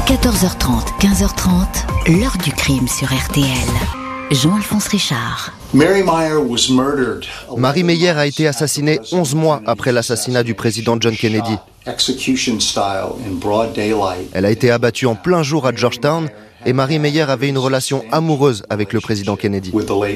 14h30, 15h30, l'heure du crime sur RTL. Jean-Alphonse Richard. Mary Meyer a été assassinée 11 mois après l'assassinat du président John Kennedy. Elle a été abattue en plein jour à Georgetown et Mary Meyer avait une relation amoureuse avec le président Kennedy.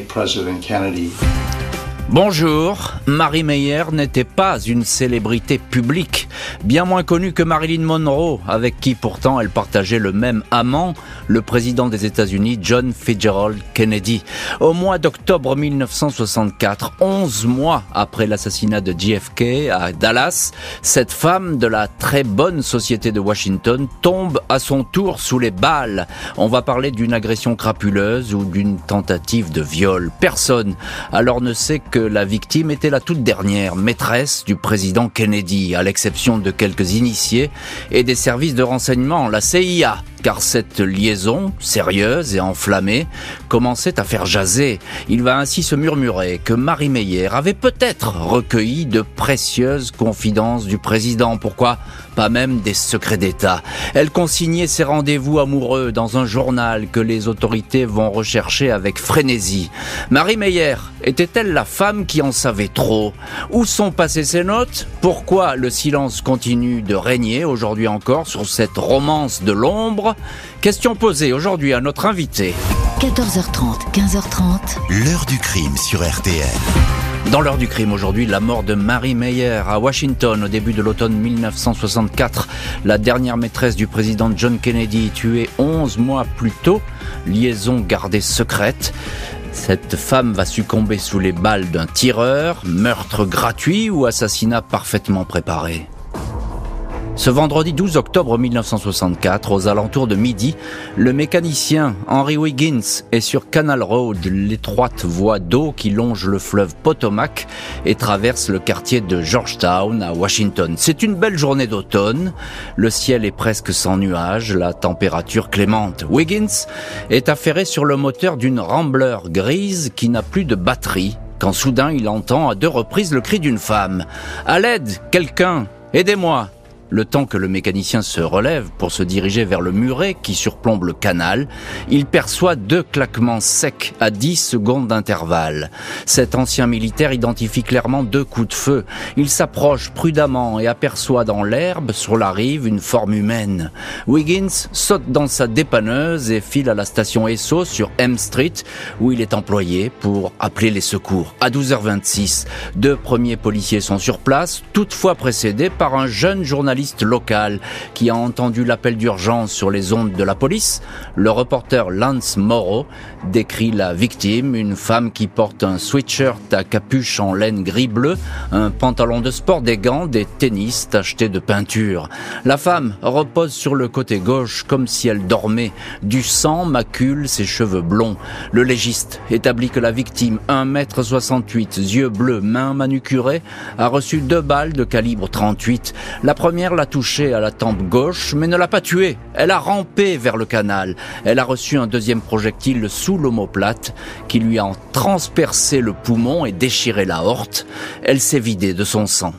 Bonjour, Mary Meyer n'était pas une célébrité publique, bien moins connue que Marilyn Monroe, avec qui pourtant elle partageait le même amant, le président des États-Unis, John Fitzgerald Kennedy. Au mois d'octobre 1964, 11 mois après l'assassinat de JFK à Dallas, cette femme de la très bonne société de Washington tombe à son tour sous les balles. On va parler d'une agression crapuleuse ou d'une tentative de viol. Personne alors ne sait que la victime était la toute dernière maîtresse du président Kennedy, à l'exception de quelques initiés et des services de renseignement, la CIA. Car cette liaison, sérieuse et enflammée, commençait à faire jaser. Il va ainsi se murmurer que Mary Meyer avait peut-être recueilli de précieuses confidences du président. Pourquoi pas même des secrets d'État. Elle consignait ses rendez-vous amoureux dans un journal que les autorités vont rechercher avec frénésie. Mary Meyer était-elle la femme qui en savait trop? Où sont passées ses notes? Pourquoi le silence continue de régner aujourd'hui encore sur cette romance de l'ombre? Question posée aujourd'hui à notre invité. 14h30, 15h30. L'heure du crime sur RTL. Dans l'heure du crime aujourd'hui, la mort de Mary Meyer à Washington au début de l'automne 1964. La dernière maîtresse du président John Kennedy, tuée 11 mois plus tôt. Liaison gardée secrète. Cette femme va succomber sous les balles d'un tireur, meurtre gratuit ou assassinat parfaitement préparé. Ce vendredi 12 octobre 1964, aux alentours de midi, le mécanicien Henry Wiggins est sur Canal Road, l'étroite voie d'eau qui longe le fleuve Potomac et traverse le quartier de Georgetown à Washington. C'est une belle journée d'automne, le ciel est presque sans nuages, la température clémente. Wiggins est affairé sur le moteur d'une Rambler grise qui n'a plus de batterie, quand soudain il entend à 2 reprises le cri d'une femme. « À l'aide, quelqu'un, aidez-moi !» Le temps que le mécanicien se relève pour se diriger vers le muret qui surplombe le canal, il perçoit 2 claquements secs à 10 secondes d'intervalle. Cet ancien militaire identifie clairement 2 coups de feu. Il s'approche prudemment et aperçoit dans l'herbe, sur la rive, une forme humaine. Wiggins saute dans sa dépanneuse et file à la station Esso sur M Street, où il est employé pour appeler les secours. À 12h26, 2 premiers policiers sont sur place, toutefois précédés par un jeune journaliste local qui a entendu l'appel d'urgence sur les ondes de la police. Le reporter Lance Morrow décrit la victime, une femme qui porte un sweatshirt à capuche en laine gris-bleu, un pantalon de sport, des gants, des tennis tachetés de peinture. La femme repose sur le côté gauche comme si elle dormait. Du sang macule ses cheveux blonds. Le légiste établit que la victime, 1m68, yeux bleus, mains manucurées, a reçu 2 balles de calibre 38. La première l'a touchée à la tempe gauche, mais ne l'a pas tuée. Elle a rampé vers le canal. Elle a reçu un deuxième projectile sous l'omoplate qui lui a transpercé le poumon et déchiré l'aorte. Elle s'est vidée de son sang.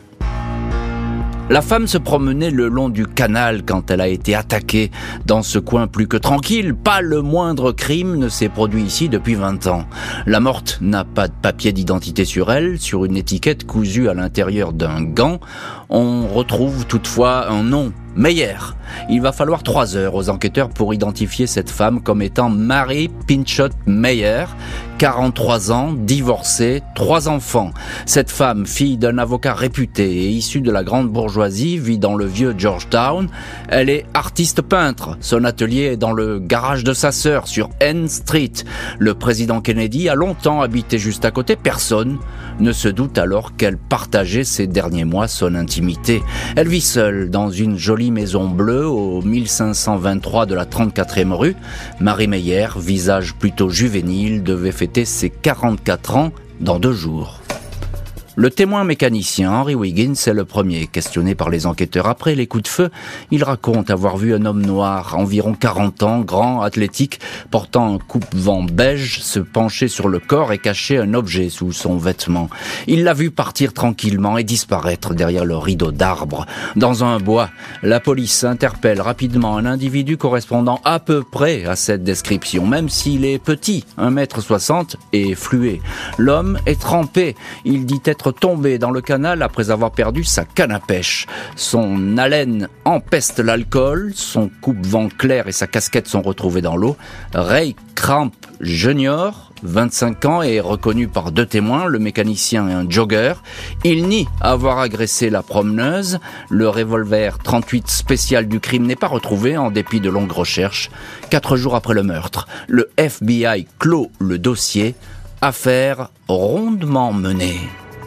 La femme se promenait le long du canal quand elle a été attaquée. Dans ce coin plus que tranquille, pas le moindre crime ne s'est produit ici depuis 20 ans. La morte n'a pas de papier d'identité sur elle. Sur une étiquette cousue à l'intérieur d'un gant, on retrouve toutefois un nom, Meyer. Il va falloir 3 heures aux enquêteurs pour identifier cette femme comme étant Mary Pinchot Meyer, 43 ans, divorcée, 3 enfants. Cette femme, fille d'un avocat réputé et issue de la grande bourgeoisie, vit dans le vieux Georgetown. Elle est artiste peintre. Son atelier est dans le garage de sa sœur, sur N Street. Le président Kennedy a longtemps habité juste à côté. Personne ne se doute alors qu'elle partageait ces derniers mois son intimité. Elle vit seule dans une jolie maison bleue au 1523 de la 34e rue. Mary Meyer, visage plutôt juvénile, devait fêter ses 44 ans dans 2 jours. Le témoin mécanicien Henry Wiggins est le premier questionné par les enquêteurs. Après les coups de feu, il raconte avoir vu un homme noir, environ 40 ans, grand, athlétique, portant un coupe-vent beige, se pencher sur le corps et cacher un objet sous son vêtement. Il l'a vu partir tranquillement et disparaître derrière le rideau d'arbres. Dans un bois, la police interpelle rapidement un individu correspondant à peu près à cette description, même s'il est petit, 1m60 et fluet. L'homme est trempé. Il dit être tombé dans le canal après avoir perdu sa canne à pêche. Son haleine empeste l'alcool, son coupe-vent clair et sa casquette sont retrouvés dans l'eau. Ray Crump Jr., 25 ans, est reconnu par 2 témoins, le mécanicien et un jogger. Il nie avoir agressé la promeneuse. Le revolver 38 spécial du crime n'est pas retrouvé en dépit de longues recherches. 4 jours après le meurtre, le FBI clôt le dossier. Affaire rondement menée.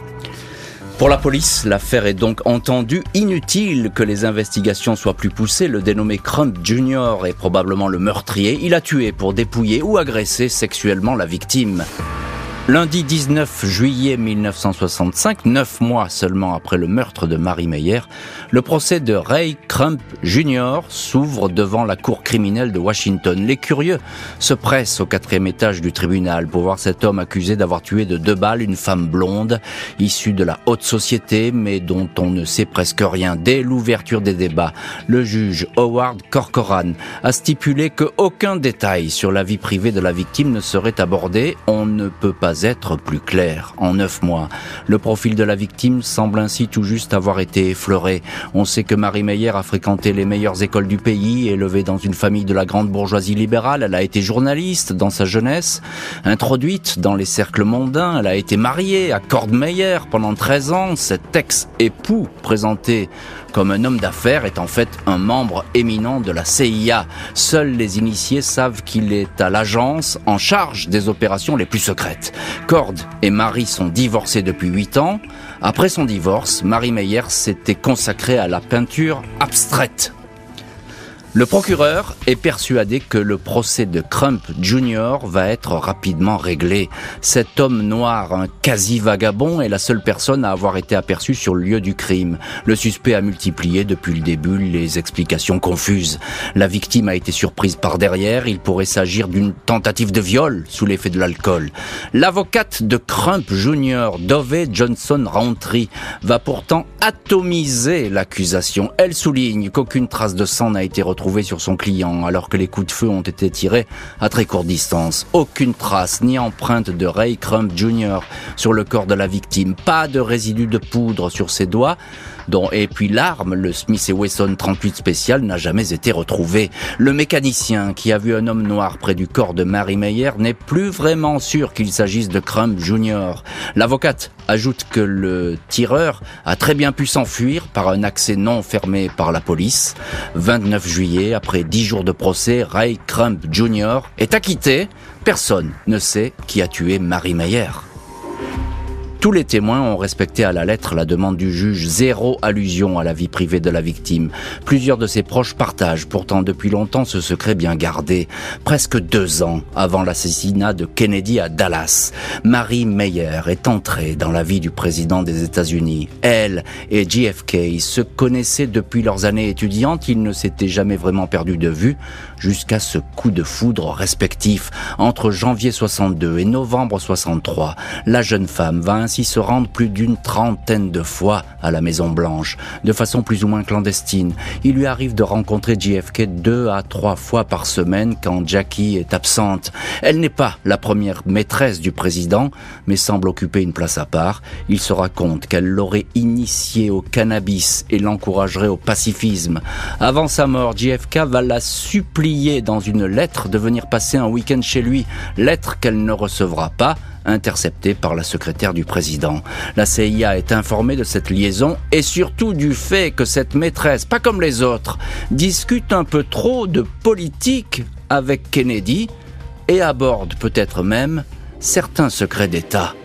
Pour la police, l'affaire est donc entendue. Inutile que les investigations soient plus poussées. Le dénommé Crump Jr. est probablement le meurtrier. Il a tué pour dépouiller ou agresser sexuellement la victime. Lundi 19 juillet 1965, 9 mois seulement après le meurtre de Mary Meyer, le procès de Ray Crump Jr. s'ouvre devant la cour criminelle de Washington. Les curieux se pressent au 4e étage du tribunal pour voir cet homme accusé d'avoir tué de 2 balles une femme blonde, issue de la haute société, mais dont on ne sait presque rien. Dès l'ouverture des débats, le juge Howard Corcoran a stipulé qu'aucun détail sur la vie privée de la victime ne serait abordé. On ne peut pas être plus clair. En 9 mois, le profil de la victime semble ainsi tout juste avoir été effleuré. On sait que Mary Meyer a fréquenté les meilleures écoles du pays, élevée dans une famille de la grande bourgeoisie libérale. Elle a été journaliste dans sa jeunesse, introduite dans les cercles mondains. Elle a été mariée à Cord Meyer pendant 13 ans. Cet ex-époux, présenté comme un homme d'affaires, est en fait un membre éminent de la CIA. Seuls les initiés savent qu'il est à l'agence en charge des opérations les plus secrètes. Cord et Mary sont divorcés depuis 8 ans. Après son divorce, Mary Meyer s'était consacrée à la peinture abstraite. Le procureur est persuadé que le procès de Crump Jr. va être rapidement réglé. Cet homme noir, un quasi-vagabond, est la seule personne à avoir été aperçue sur le lieu du crime. Le suspect a multiplié depuis le début les explications confuses. La victime a été surprise par derrière. Il pourrait s'agir d'une tentative de viol sous l'effet de l'alcool. L'avocate de Crump Jr., Dove Johnson Rountree, va pourtant atomiser l'accusation. Elle souligne qu'aucune trace de sang n'a été retrouvée sur son client, alors que les coups de feu ont été tirés à très courte distance. Aucune trace ni empreinte de Ray Crump Jr. sur le corps de la victime. Pas de résidus de poudre sur ses doigts. Et puis l'arme, le Smith & Wesson 38 spécial, n'a jamais été retrouvé. Le mécanicien qui a vu un homme noir près du corps de Mary Meyer n'est plus vraiment sûr qu'il s'agisse de Crump Jr. L'avocate ajoute que le tireur a très bien pu s'enfuir par un accès non fermé par la police. 29 juillet, après 10 jours de procès, Ray Crump Jr. est acquitté. Personne ne sait qui a tué Mary Meyer. Tous les témoins ont respecté à la lettre la demande du juge, 0 allusion à la vie privée de la victime. Plusieurs de ses proches partagent pourtant depuis longtemps ce secret bien gardé. Presque 2 ans avant l'assassinat de Kennedy à Dallas, Mary Meyer est entrée dans la vie du président des États-Unis. Elle et JFK se connaissaient depuis leurs années étudiantes. Ils ne s'étaient jamais vraiment perdus de vue jusqu'à ce coup de foudre respectif. Entre janvier 62 et novembre 63, la jeune femme va ainsi se rendre plus d'une 30aine de fois à la Maison Blanche, de façon plus ou moins clandestine. Il lui arrive de rencontrer JFK 2 à 3 fois par semaine quand Jackie est absente. Elle n'est pas la première maîtresse du président, mais semble occuper une place à part. Il se raconte qu'elle l'aurait initié au cannabis et l'encouragerait au pacifisme. Avant sa mort, JFK va la supplier dans une lettre de venir passer un week-end chez lui, lettre qu'elle ne recevra pas, interceptée par la secrétaire du président. La CIA est informée de cette liaison et surtout du fait que cette maîtresse, pas comme les autres, discute un peu trop de politique avec Kennedy et aborde peut-être même certains secrets d'État.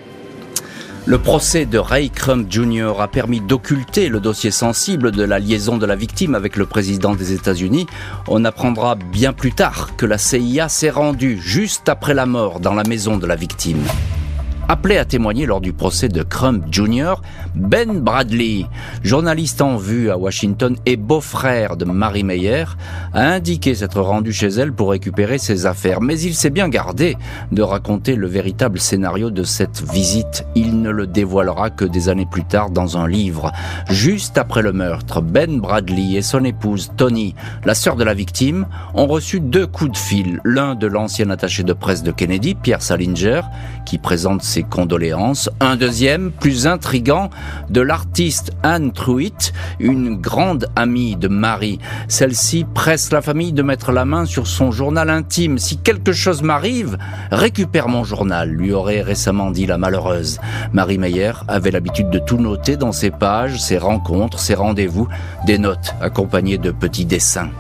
Le procès de Ray Crump Jr. a permis d'occulter le dossier sensible de la liaison de la victime avec le président des États-Unis. On apprendra bien plus tard que la CIA s'est rendue juste après la mort dans la maison de la victime. Appelé à témoigner lors du procès de Crump Jr., Ben Bradlee, journaliste en vue à Washington et beau-frère de Mary Meyer, a indiqué s'être rendu chez elle pour récupérer ses affaires. Mais il s'est bien gardé de raconter le véritable scénario de cette visite. Il ne le dévoilera que des années plus tard dans un livre. Juste après le meurtre, Ben Bradlee et son épouse Toni, la sœur de la victime, ont reçu 2 coups de fil. L'un de l'ancien attaché de presse de Kennedy, Pierre Salinger, qui présente ses condoléances. Un deuxième, plus intrigant, de l'artiste Anne Truitt, une grande amie de Mary. Celle-ci presse la famille de mettre la main sur son journal intime. « Si quelque chose m'arrive, récupère mon journal », lui aurait récemment dit la malheureuse. Mary Meyer avait l'habitude de tout noter dans ses pages, ses rencontres, ses rendez-vous, des notes accompagnées de petits dessins.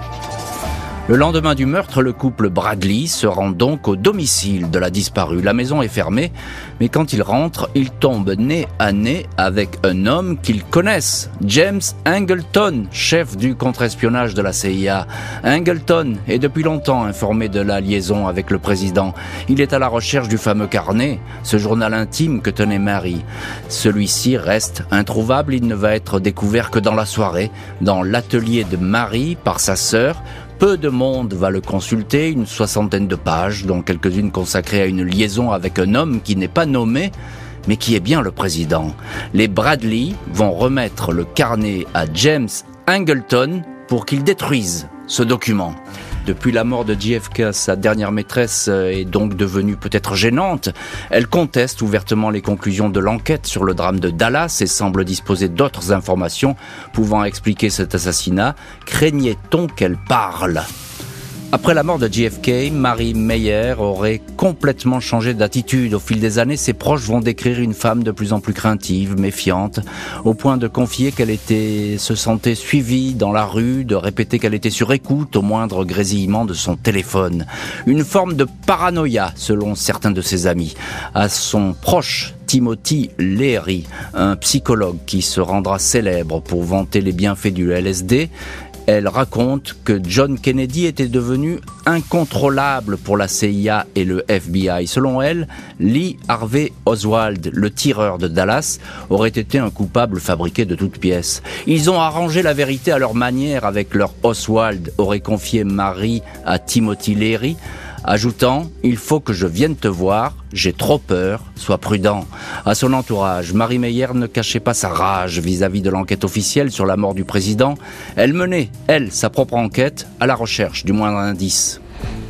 Le lendemain du meurtre, le couple Bradlee se rend donc au domicile de la disparue. La maison est fermée, mais quand ils rentrent, ils tombent nez à nez avec un homme qu'ils connaissent, James Angleton, chef du contre-espionnage de la CIA. Angleton est depuis longtemps informé de la liaison avec le président. Il est à la recherche du fameux carnet, ce journal intime que tenait Mary. Celui-ci reste introuvable, il ne va être découvert que dans la soirée, dans l'atelier de Mary par sa sœur. Peu de monde va le consulter, une 60aine de pages, dont quelques-unes consacrées à une liaison avec un homme qui n'est pas nommé, mais qui est bien le président. Les Bradlee vont remettre le carnet à James Angleton pour qu'il détruise ce document. Depuis la mort de JFK, sa dernière maîtresse est donc devenue peut-être gênante. Elle conteste ouvertement les conclusions de l'enquête sur le drame de Dallas et semble disposer d'autres informations pouvant expliquer cet assassinat. Craignait-on qu'elle parle ? Après la mort de JFK, Mary Meyer aurait complètement changé d'attitude. Au fil des années, ses proches vont décrire une femme de plus en plus craintive, méfiante, au point de confier qu'elle se sentait suivie dans la rue, de répéter qu'elle était sur écoute au moindre grésillement de son téléphone. Une forme de paranoïa, selon certains de ses amis. À son proche, Timothy Leary, un psychologue qui se rendra célèbre pour vanter les bienfaits du LSD, elle raconte que John Kennedy était devenu incontrôlable pour la CIA et le FBI. Selon elle, Lee Harvey Oswald, le tireur de Dallas, aurait été un coupable fabriqué de toutes pièces. Ils ont arrangé la vérité à leur manière avec leur Oswald, aurait confié Mary à Timothy Leary, ajoutant « Il faut que je vienne te voir, j'ai trop peur, sois prudent ». À son entourage, Mary Meyer ne cachait pas sa rage vis-à-vis de l'enquête officielle sur la mort du président. Elle menait, elle, sa propre enquête à la recherche du moindre indice.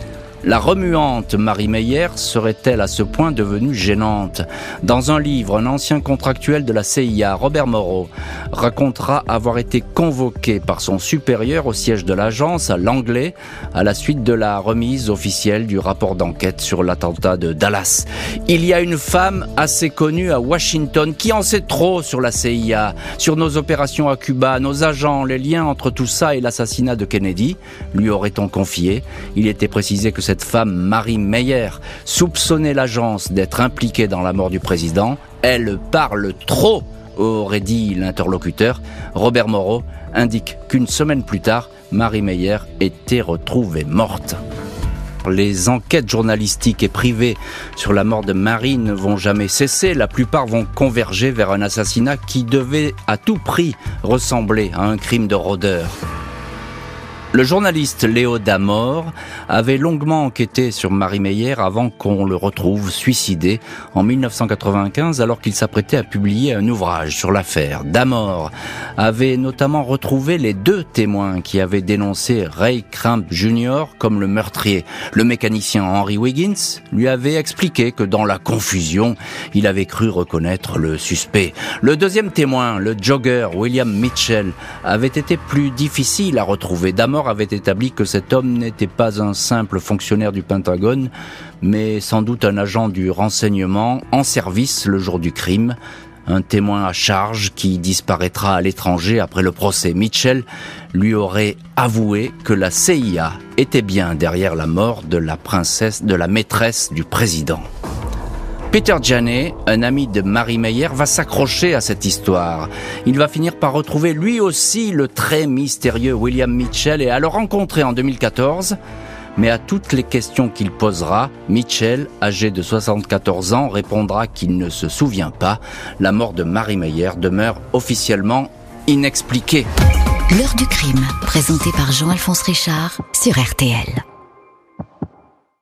La remuante Mary Meyer serait-elle à ce point devenue gênante ? Dans un livre, un ancien contractuel de la CIA, Robert Morrow, racontera avoir été convoqué par son supérieur au siège de l'agence à Langley à la suite de la remise officielle du rapport d'enquête sur l'attentat de Dallas. Il y a une femme assez connue à Washington qui en sait trop sur la CIA, sur nos opérations à Cuba, nos agents, les liens entre tout ça et l'assassinat de Kennedy, lui aurait-on confié. Il était précisé que cette femme, Mary Meyer, soupçonnait l'agence d'être impliquée dans la mort du président. Elle parle trop, aurait dit l'interlocuteur. Robert Morrow indique qu'une semaine plus tard, Mary Meyer était retrouvée morte. Les enquêtes journalistiques et privées sur la mort de Mary ne vont jamais cesser. La plupart vont converger vers un assassinat qui devait à tout prix ressembler à un crime de rôdeur. Le journaliste Léo Damore avait longuement enquêté sur Mary Meyer avant qu'on le retrouve suicidé en 1995 alors qu'il s'apprêtait à publier un ouvrage sur l'affaire. Damore avait notamment retrouvé les 2 témoins qui avaient dénoncé Ray Crump Jr. comme le meurtrier. Le mécanicien Henry Wiggins lui avait expliqué que dans la confusion, il avait cru reconnaître le suspect. Le deuxième témoin, le jogger William Mitchell, avait été plus difficile à retrouver. Damore avait établi que cet homme n'était pas un simple fonctionnaire du Pentagone, mais sans doute un agent du renseignement en service le jour du crime. Un témoin à charge qui disparaîtra à l'étranger après le procès. Mitchell lui aurait avoué que la CIA était bien derrière la mort de la maîtresse du président. Peter Janney, un ami de Mary Meyer, va s'accrocher à cette histoire. Il va finir par retrouver lui aussi le très mystérieux William Mitchell et à le rencontrer en 2014, Mais à toutes les questions qu'il posera, Mitchell, âgé de 74 ans, répondra qu'il ne se souvient pas. La mort de Marie Meyer demeure officiellement inexpliquée. L'heure du crime, présenté par Jean-Alphonse Richard sur RTL.